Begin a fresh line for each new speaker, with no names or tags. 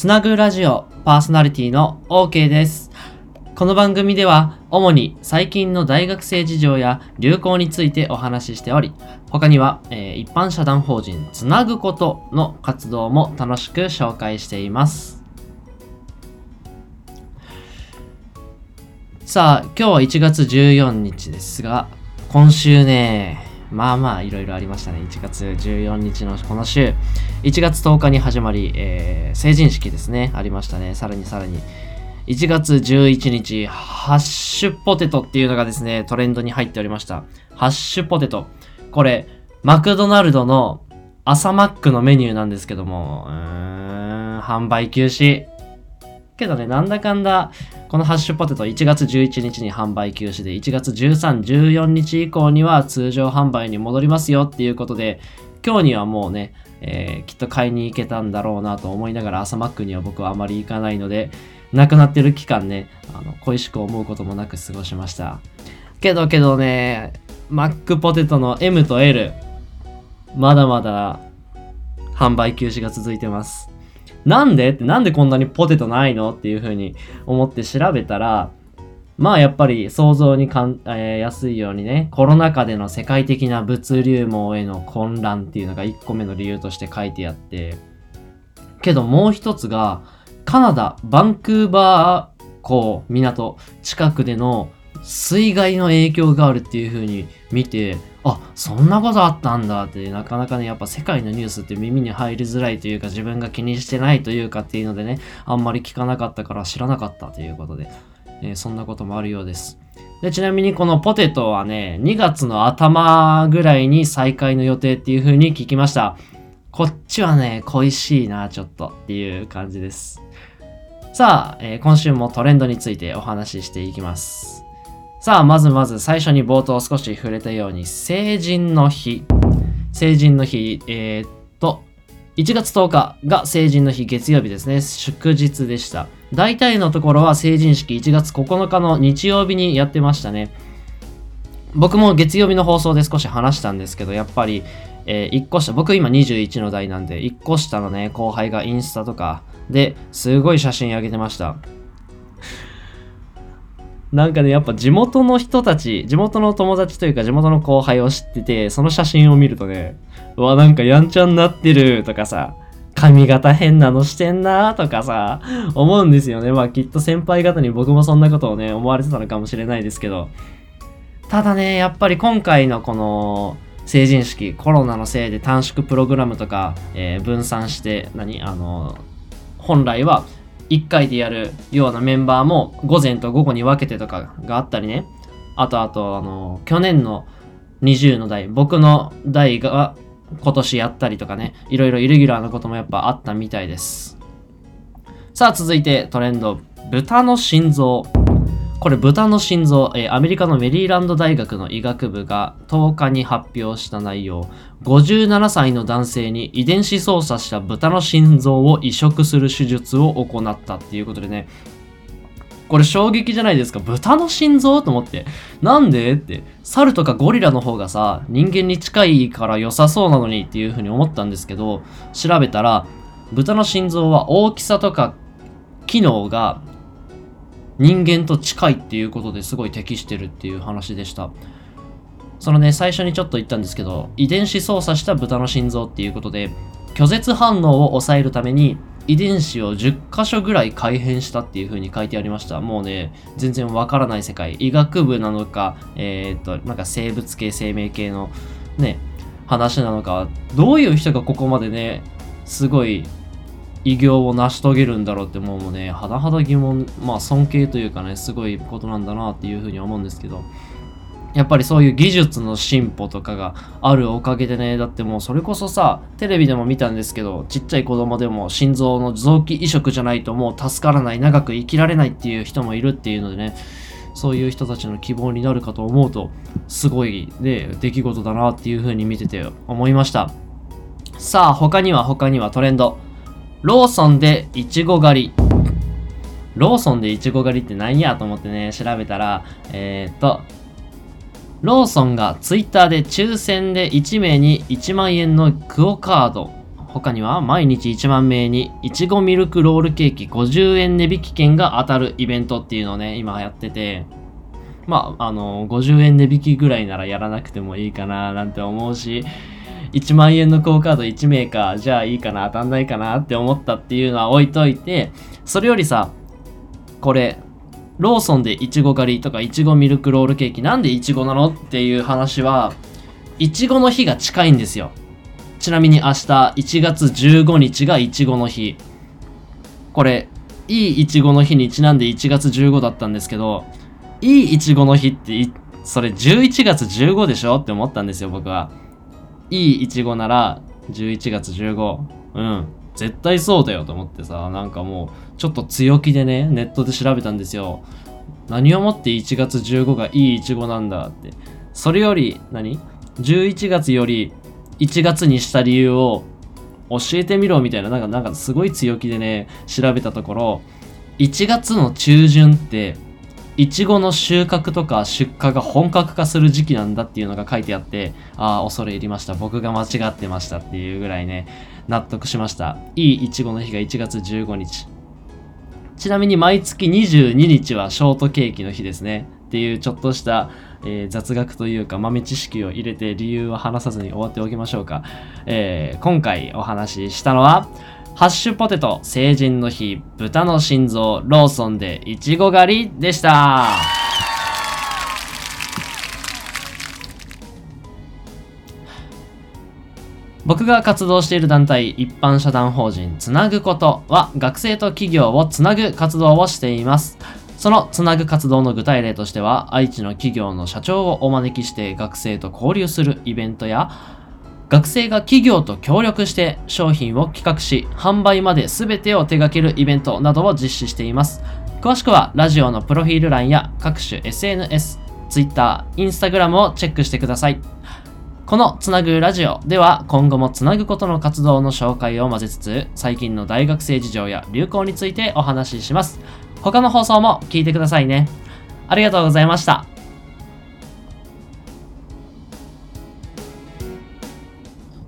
つなぐラジオパーソナリティの OK です。この番組では主に最近の大学生事情や流行についてお話ししており、他には、一般社団法人つなぐことの活動も楽しく紹介しています。さあ、今日は1月14日ですが、今週ね、いろいろありましたね。1月14日のこの週、1月10日に始まり、成人式ですね、ありましたね。さらに1月11日、ハッシュポテトっていうのがですね、トレンドに入っておりました。ハッシュポテト。これ、マクドナルドの朝マックのメニューなんですけども、販売休止。けどね、なんだかんだ、このハッシュポテト1月11日に販売休止で、1月13、14日以降には通常販売に戻りますよっていうことで、今日にはもうね、きっと買いに行けたんだろうなと思いながら、朝マックには僕はあまり行かないので、なくなってる期間ね、恋しく思うこともなく過ごしました。けどね、マックポテトの M と L、まだまだ販売休止が続いてます。なんでこんなにポテトないのっていう風に思って調べたら、やっぱり想像に安いようにね、コロナ禍での世界的な物流網への混乱っていうのが1個目の理由として書いてあって、けどもう一つが、カナダ、バンクーバー港近くでの水害の影響があるっていう風に見て、そんなことあったんだって、なかなかね、やっぱ世界のニュースって耳に入りづらいというか、自分が気にしてないというかっていうのでね、あんまり聞かなかったから知らなかったということで、そんなこともあるようです。で、ちなみにこのポテトはね、2月の頭ぐらいに再開の予定っていう風に聞きました。こっちはね、恋しいな、ちょっとっていう感じです。さあ、今週もトレンドについてお話ししていきます。さあ、まず最初に冒頭少し触れたように、成人の日。1月10日が成人の日、月曜日ですね。祝日でした。大体のところは成人式1月9日の日曜日にやってましたね。僕も月曜日の放送で少し話したんですけど、やっぱり、1個下、僕今21の代なんで、1個下のね、後輩がインスタとかですごい写真上げてました。なんかね、やっぱ地元の人たち、地元の友達というか地元の後輩を知ってて、その写真を見るとね、なんかやんちゃになってるとかさ、髪型変なのしてんなとかさ、思うんですよね。きっと先輩方に僕もそんなことをね、思われてたのかもしれないですけど。ただね、やっぱり今回のこの成人式、コロナのせいで短縮プログラムとか、分散して、本来は1回でやるようなメンバーも午前と午後に分けてとかがあったりね。あと去年の20の代、僕の代が今年やったりとかね、いろいろイレギュラーなこともやっぱあったみたいです。さあ続いてトレンド、豚の心臓。これ豚の心臓、アメリカのメリーランド大学の医学部が10日に発表した内容。57歳の男性に遺伝子操作した豚の心臓を移植する手術を行ったっていうことでね。これ衝撃じゃないですか。豚の心臓と思って。なんでって。猿とかゴリラの方がさ、人間に近いから良さそうなのにっていう風に思ったんですけど、調べたら、豚の心臓は大きさとか機能が人間と近いっていうことですごい適してるっていう話でした。そのね、最初にちょっと言ったんですけど、遺伝子操作した豚の心臓っていうことで、拒絶反応を抑えるために遺伝子を10箇所ぐらい改変したっていう風に書いてありました。もうね、全然わからない世界。医学部なのか、なんか生物系、生命系のね、話なのか、どういう人がここまでね、すごい偉業を成し遂げるんだろうってもうね、甚だ疑問、尊敬というかね、すごいことなんだなっていう風に思うんですけど、やっぱりそういう技術の進歩とかがあるおかげでね、だってもうそれこそさ、テレビでも見たんですけど、ちっちゃい子供でも心臓の臓器移植じゃないともう助からない、長く生きられないっていう人もいるっていうのでね、そういう人たちの希望になるかと思うと、すごいね、出来事だなっていう風に見てて思いました。さあ、他にはトレンド。ローソンでイチゴ狩り。ローソンでイチゴ狩りって何やと思ってね、調べたら、ローソンがツイッターで抽選で1名に1万円のクオカード、 他には毎日1万名にいちごミルクロールケーキ50円値引き券が当たるイベントっていうのをね、今やってて、50円値引きぐらいならやらなくてもいいかななんて思うし、1万円のクオカード1名か、じゃあいいかな、当たんないかなって思ったっていうのは置いといて、それよりさ、これ、ローソンでいちご狩りとかいちごミルクロールケーキなんでいちごなのっていう話は、いちごの日が近いんですよ。ちなみに明日1月15日がいちごの日。これ、いいいちごの日にちなんで1月15だったんですけど、いいいちごの日ってそれ11月15でしょって思ったんですよ、僕は。いいいちごなら11月15。うん。絶対そうだよと思ってさ、なんかもうちょっと強気でね、ネットで調べたんですよ。何をもって1月15がいいいちごなんだって。それより11月より1月にした理由を教えてみろみたいな、なんかすごい強気でね、調べたところ、1月の中旬っていちごの収穫とか出荷が本格化する時期なんだっていうのが書いてあって、恐れ入りました。僕が間違ってましたっていうぐらいね、納得しました。いいいちごの日が1月15日。ちなみに毎月22日はショートケーキの日ですね。っていうちょっとした、雑学というか豆知識を入れて理由は話さずに終わっておきましょうか。今回お話ししたのは、ハッシュポテト成人の日豚の心臓ローソンでいちご狩りでした。僕が活動している団体一般社団法人つなぐことは学生と企業をつなぐ活動をしています。そのつなぐ活動の具体例としては、愛知の企業の社長をお招きして学生と交流するイベントや、学生が企業と協力して商品を企画し、販売まで全てを手掛けるイベントなどを実施しています。詳しくはラジオのプロフィール欄や各種 SNS、Twitter、Instagram をチェックしてください。このつなぐラジオでは今後もつなぐことの活動の紹介を混ぜつつ、最近の大学生事情や流行についてお話しします。他の放送も聞いてくださいね。ありがとうございました。